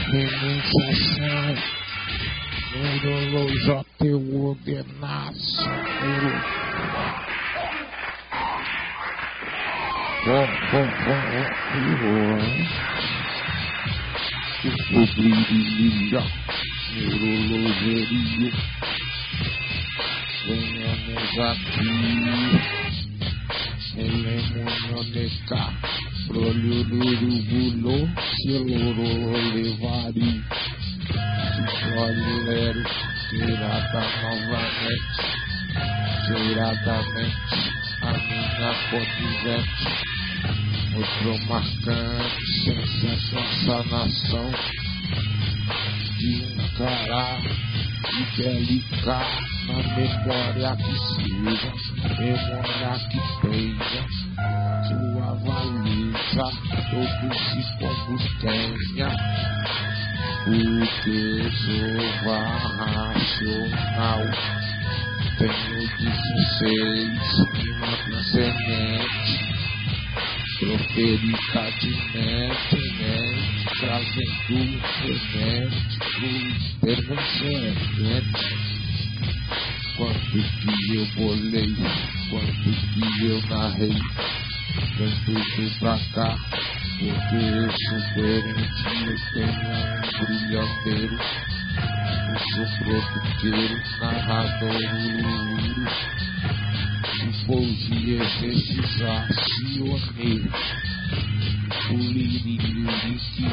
Renúnciação, neurologia, teu ordenaço, neurologia, venhamos aqui, elemoneca, prolhurubulo, siluro levari, olhero, tirada novamente, tiradamente, a minha condizente, outro marcante, sensação, sanação, de encarar e delicar na memória que seja, memória que tenha, sua valência, todo se combustenha, porque sou racional, tenho 16 uma semente, proferica de mente, trazendo semente pro permanente. Quanto que eu bolei, quanto que eu narrei, vem tudo pra cá, porque eu sou diferente, eu tenho um brilhanteiro, eu sou produteiro, narrador, o poesia exercitacioneiro, o liriquisitivo,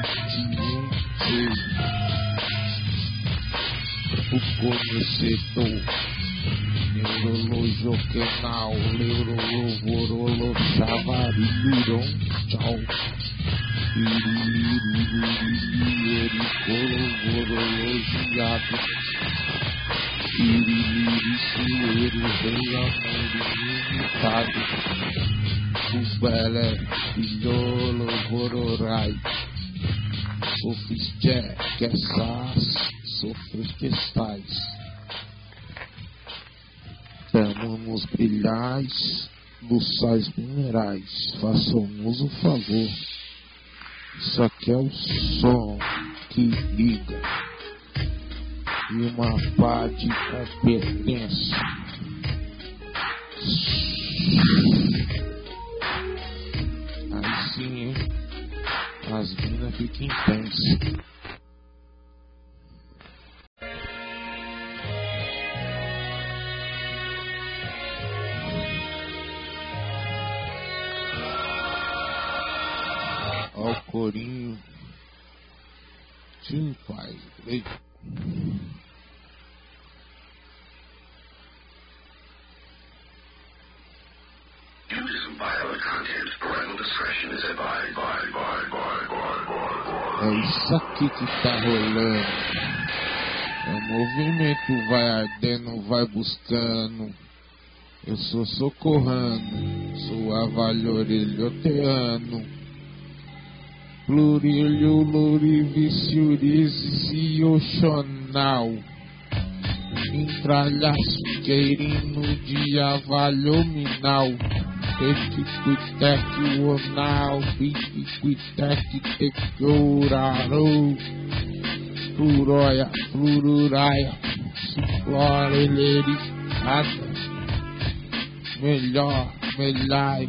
o conhecedor, neurologio canal, neurolovorolo, chavarilhão, tchau, ericologiado, iriliricueiro, rei amor ilimitado, o belé, filholo, vororai, sofisté, que sas, sofres que estais, estamos nos brilhais dos sais minerais, façamos o favor, isso aqui é o som que liga, e uma pá de competência, aí sim, hein? As minas ficam intensas. Ó o corinho. Sim, pai. Ei. É isso aqui que tá rolando. O movimento vai ardendo, vai buscando. Eu sou socorrando, sou avalhorelhoteano. Plurilho, luriviciurize oxonal. Entralhaço, queirino de avalhominal. Etiquitec, onal, piquiquitec, tecorarou. Pluróia, plururaia, suplora, elericada. Melhor, melhai.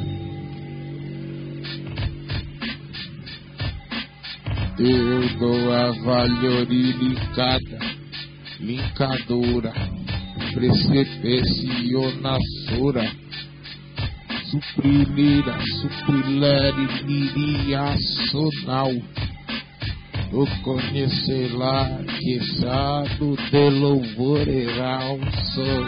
Eu dou a valhoriricada, linkadora, precepecionassora, suprilira, suprilere, liriacional, o conhecerá, queixado de louvoreral, sou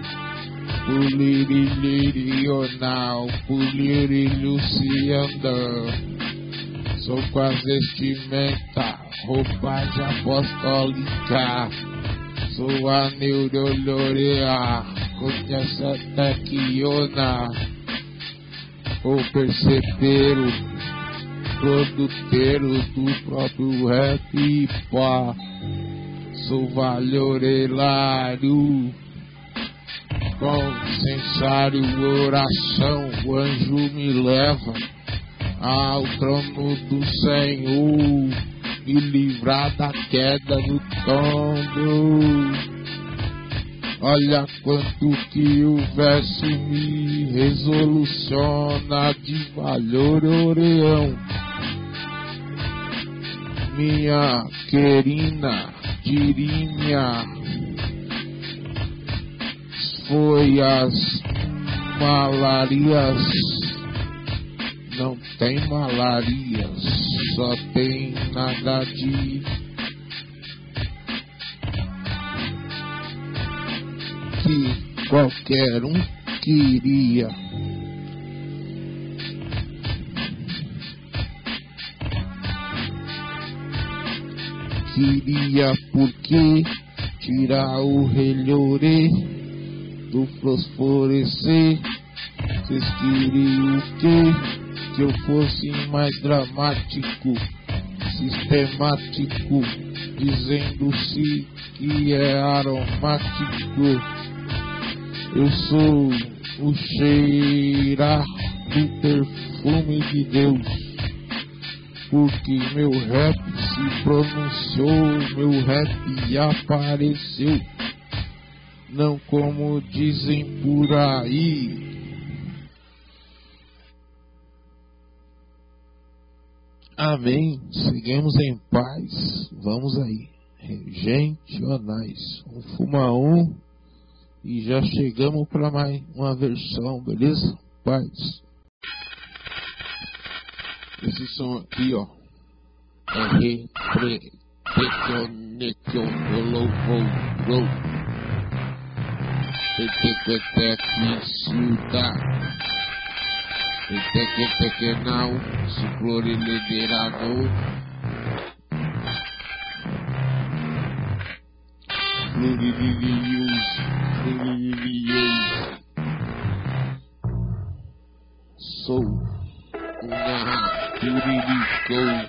pulirilional, pulirilhuciandão. Sou com as vestimenta, roupagem apostólica. Sou a neurolorea, conhece até quiona. O percebeiro, produteiro do próprio rap, pá. Sou valhorelário, consensário, oração. O anjo me leva ao trono do Senhor, me livrar da queda no tombo. Olha quanto que o verso me resoluciona de valor, Oreão. Minha querida tirinha, foi as malarias. Não tem malaria, só tem nada de que qualquer um queria. Queria porque tirar o relhorê do fosforescer. Vocês queriam o quê? Que eu fosse mais dramático, sistemático, dizendo-se que é aromático. Eu sou o cheirar do perfume de Deus, porque meu rap se pronunciou, meu rap apareceu, não como dizem por aí. Amém. Seguimos em paz. Vamos aí. Regionais. Vamos fumar um e já chegamos para mais uma versão, beleza? Paz. Esse som aqui, ó, é não, se florilederador, florililius, sou uma turilicou,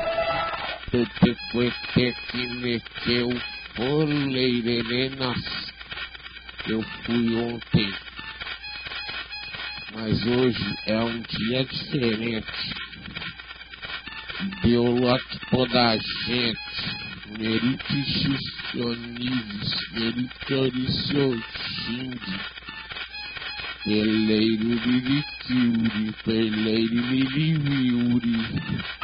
tete que meteu, foleirenas, eu fui ontem. Mas hoje é um dia diferente. Deu lote toda a gente. Meriticioníveis, meritoricioxinde. Peleiro liriquiuri, peleiro liriviuri.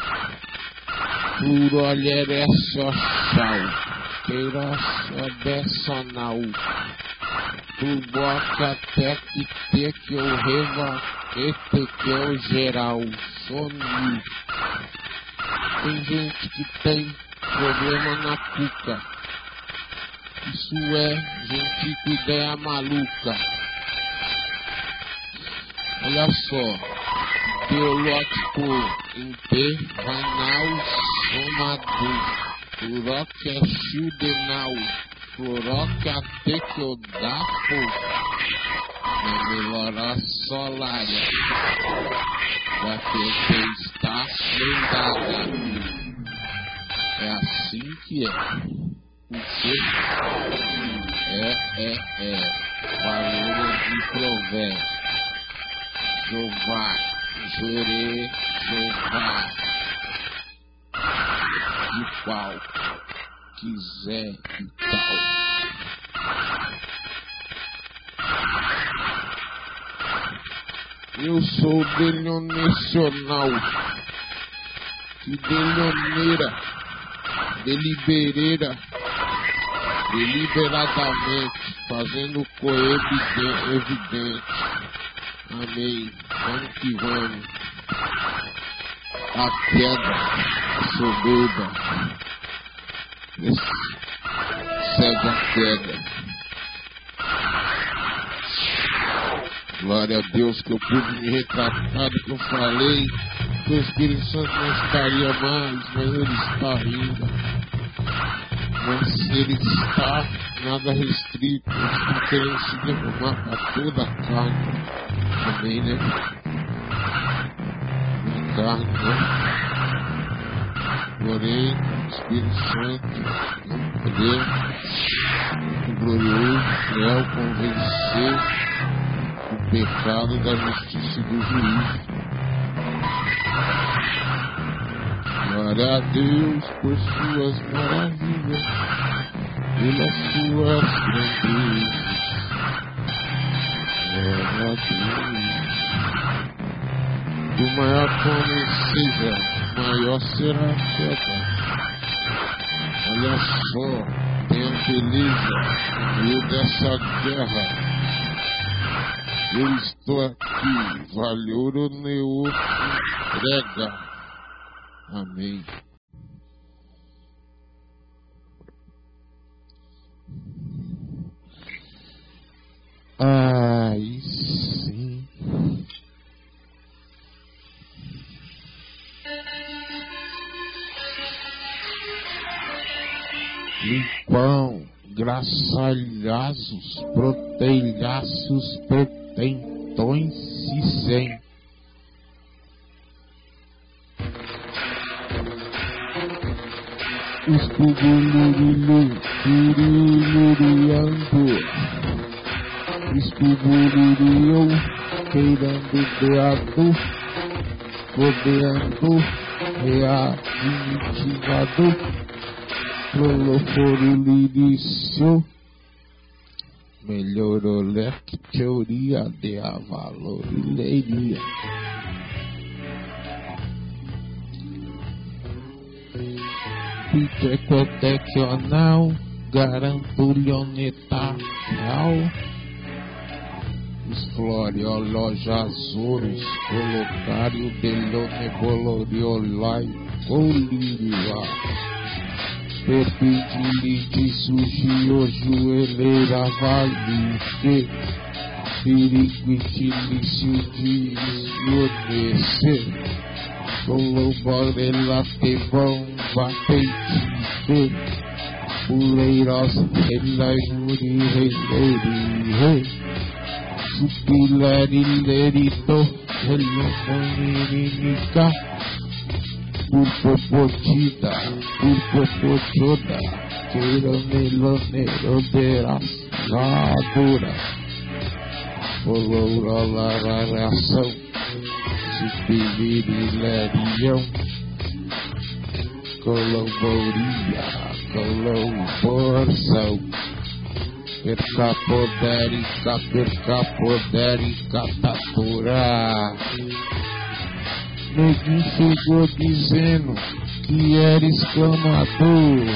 Por olhar é só chau, queira só dessonal. Tu bota até que ter que eu reva, que eu geral, sono. Tem gente que tem problema na cuca. Isso é gente com ideia maluca. Olha só, teológico intervanal somador. Turoque é chudenal. Floroque até que eu dá pouco. Na melhora solária. Da está prendada. É assim que é. O que valores de provérbio. Jeová, Jorê, Jeová. De qual quiser e tal. Eu sou delionacional, que delioneira, delibereira, deliberadamente, fazendo evidente. Amém. Vamos que vamos. A queda soberba. Segue a queda. Glória a Deus que eu pude me retratar do que eu falei. Que o Espírito Santo não estaria mais, mas ele está ainda. Mas ele está nada restrito. Ele está querendo se derramar para toda a carne. Amém, né? Na carne, né? Porém, o Espírito Santo, no poder, o glorioso, fiel, convencer o pecado da justiça e do juízo. Glória a Deus por suas maravilhas, pelas suas grandezas. Glória a Deus. Do maior como seja, maior será a queda. Olha só, tenha beleza no meio dessa guerra. Eu estou aqui, valor o neo entrega. Amém. Aí sim. Limpão, graçalhaços, proteilhaços, pretentões e sem. Os pugulurilu, curuluriando, os puguluriu, queirando deado, rodeando, readmitivado, proloforulício, melhorou leque teoria de avalorileria. Pitecotecional, garanto leonetal, os floriolojazouros, colocário deloneboloreolai, colíria, perpidilite, surgiu, joelheira, valite, periquitilício, dionecer, coloborela, que bomba, peitite, puleiros, relaimuri, rei, supilarillerito, relamonirinica, purpopotida, purpopotoda, queironelonerodera, ladora, colorolaração, supilirilerião, coloboria, coloborção, percapodérica, tatura. Neguinho chegou dizendo que era exclamador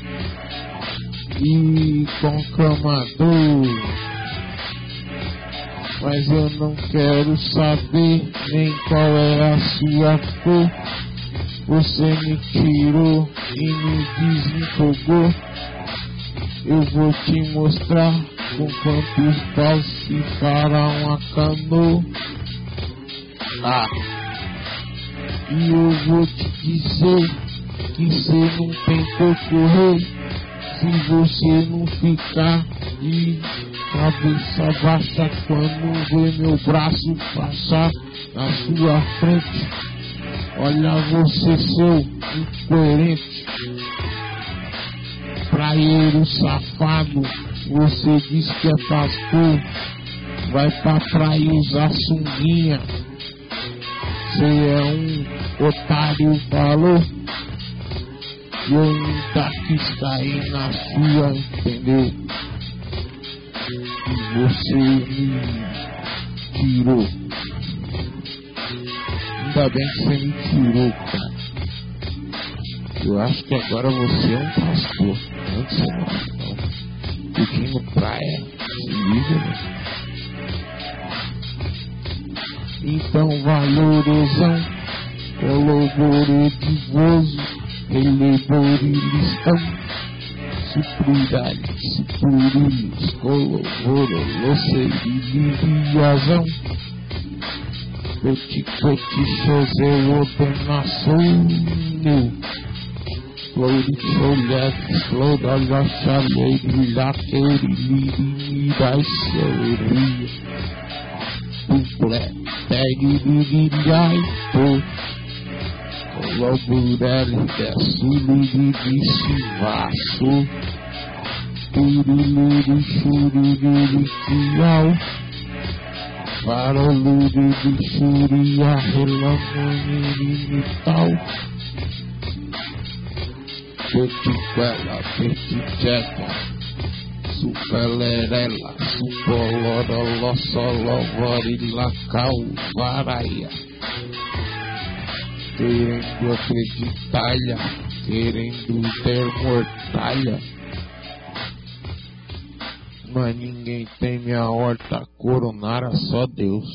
e conclamador, mas eu não quero saber nem qual é a sua cor. Você me tirou e me desempolgou. Eu vou te mostrar com quantos paus se fará uma canoa. E eu vou te dizer que cê não tem por correr se você não ficar de cabeça baixa quando vê meu braço passar na sua frente. Olha você, seu incoerente, praieiro safado, você diz que é pastor, vai pra praia usar sunguinha. Você é um otário, falou? E eu ainda quis cair na sua, entendeu? E você me tirou. Ainda bem que você me tirou, cara. Eu acho que agora você é um pastor. Antes você não. Pedindo praia. Se liga, né? Então valorizam, colaborativoso, eleborilistão, supridade, supurilis, colaboro, loceriliazão, petit choseu, ordenações, floricolhetes, floralachaleiro, laqueiriririraixeria, duplé. Tegiririlhaito, colaborele, dessulirichivaço, turilirichuririchiau, farolirichuria, relamonirital, Petiquela, peticheca, superlerela, supoloroló, solovorilacau, varaia. Querendo acreditalha, querendo ter mortalha. Mas ninguém tem minha horta coronária, só Deus.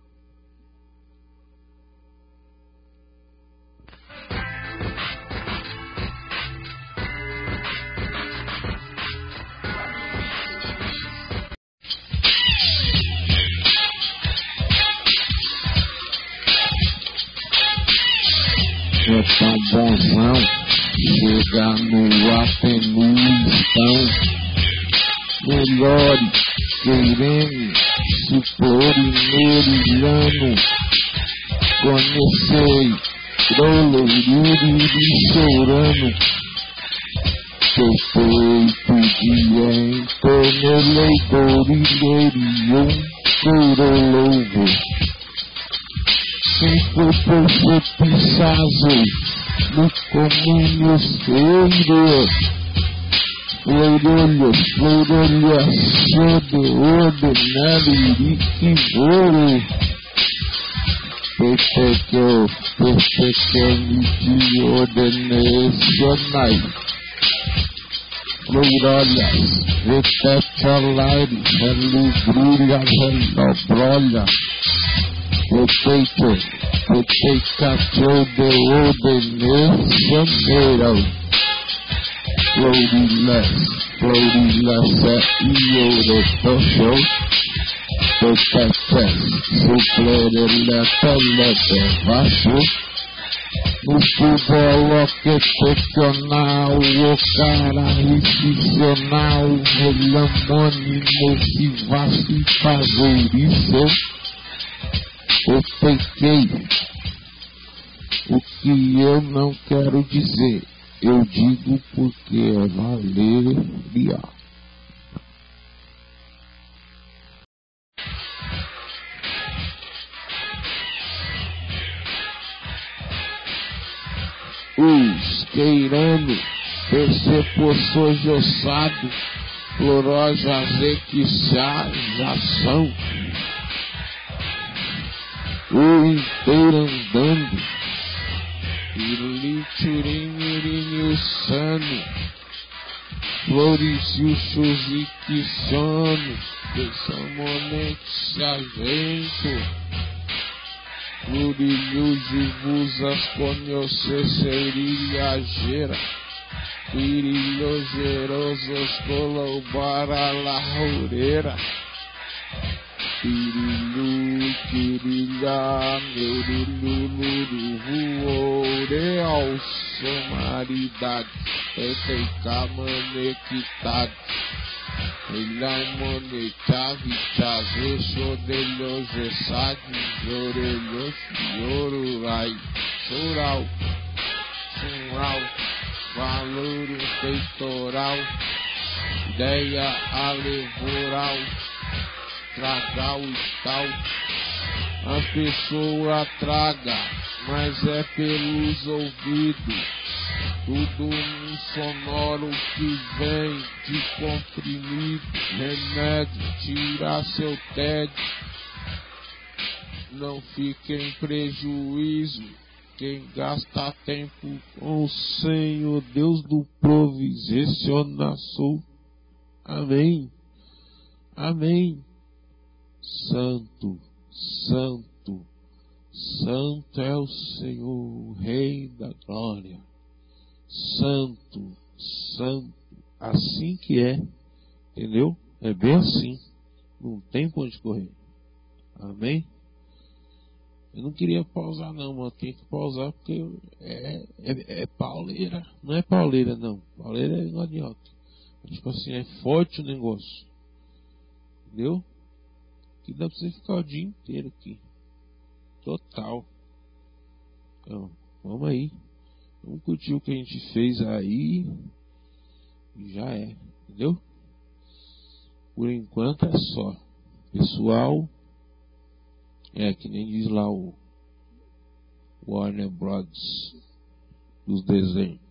É tão bonzão chegar no Afeganistão. Melhore, querendo, suplorinerilhano, conhecei, troloriri chorando, feito dia em tornelei, dorilerium, corolovo, quem foi por pisazo, no comínio feiro. Florolha, sode, naririque, voro. Pequenite, ordenacionais. Florolhas, repetiolares, relugrulha, relobrolha. Petecatio de ordenacional. Florilas e Europochou, Petetes, Suplerela, Telete, Vacho, no futebol que pequenal, o cara institucional, melamônimo, que vasto e favorito, eu pequei, o que eu não quero dizer. Eu digo porque é Valeria. Os queirando, percepoço jossado, floroja já são. O inteiro andando. Ilituririnho sano, flores e o chuzique sono, pensamonete sargento, florilhos e vusas conheceriria gera, pirilhos gerosos colobara la roureira. Pirilhu, quirilha, neurululu, voore, somaridade, eteica, manequitade, ilhai, monetave, chaze, chodelho, gessade, orelhos, iorurai, choral, chural, valor, peitoral, ideia, alevoral, tragal e tal, a pessoa traga, mas é pelos ouvidos, tudo um sonoro que vem de comprimido, remédio, tira seu tédio, não fique em prejuízo, quem gasta tempo com o Senhor, Deus do provisionaçou, amém, amém. Santo, santo, santo é o Senhor, o Rei da glória. Santo, santo, assim que é, entendeu? É bem assim, não tem pra onde correr. Amém? Eu não queria pausar não, mas tem que pausar porque é pauleira. Não é pauleira não, pauleira é idiota. Tipo assim, é forte o negócio, entendeu? Que dá pra você ficar o dia inteiro aqui. Total. Então, vamos aí. Vamos curtir o que a gente fez aí. E já é. Entendeu? Por enquanto é só. Pessoal. Que nem diz lá o Warner Bros. Dos desenhos.